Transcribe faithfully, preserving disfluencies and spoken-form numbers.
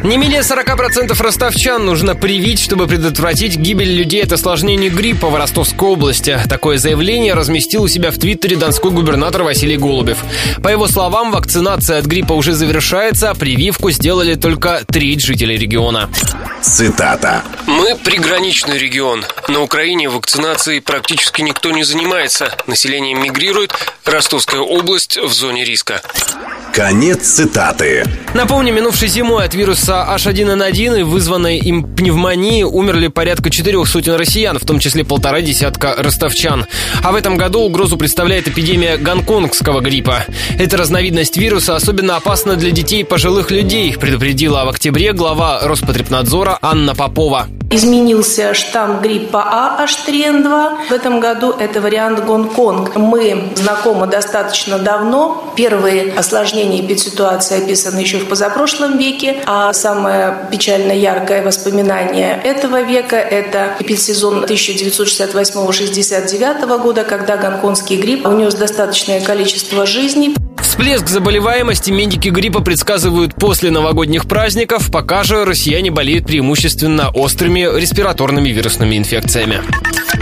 Не менее сорок процентов ростовчан нужно привить, чтобы предотвратить гибель людей от осложнений гриппа в Ростовской области. Такое заявление разместил у себя в Твиттере донской губернатор Василий Голубев. По его словам, вакцинация от гриппа уже завершается, а прививку сделали только треть жителей региона. Цитата. Мы приграничный регион. На Украине вакцинацией практически никто не занимается. Население мигрирует. Ростовская область в зоне риска. Конец цитаты. Напомню, минувшей зимой от вируса эйч один эн один и вызванной им пневмонии умерли порядка четырех сотен россиян, в том числе полтора десятка ростовчан. А в этом году угрозу представляет эпидемия гонконгского гриппа. Эта разновидность вируса особенно опасна для детей и пожилых людей, предупредила в октябре глава Роспотребнадзора Анна Попова. Изменился штамм гриппа А эйч три эн два. В этом году это вариант Гонконг. Мы знакомы достаточно давно. Первые осложнения эпидситуации описаны еще в позапрошлом веке. А самое печально яркое воспоминание этого века – это эпидсезон тысяча девятьсот шестьдесят восьмого — шестьдесят девятого года, когда гонконгский грипп унес достаточное количество жизней. Всплеск заболеваемости медики гриппа предсказывают после новогодних праздников, пока же россияне болеют преимущественно острыми респираторными вирусными инфекциями.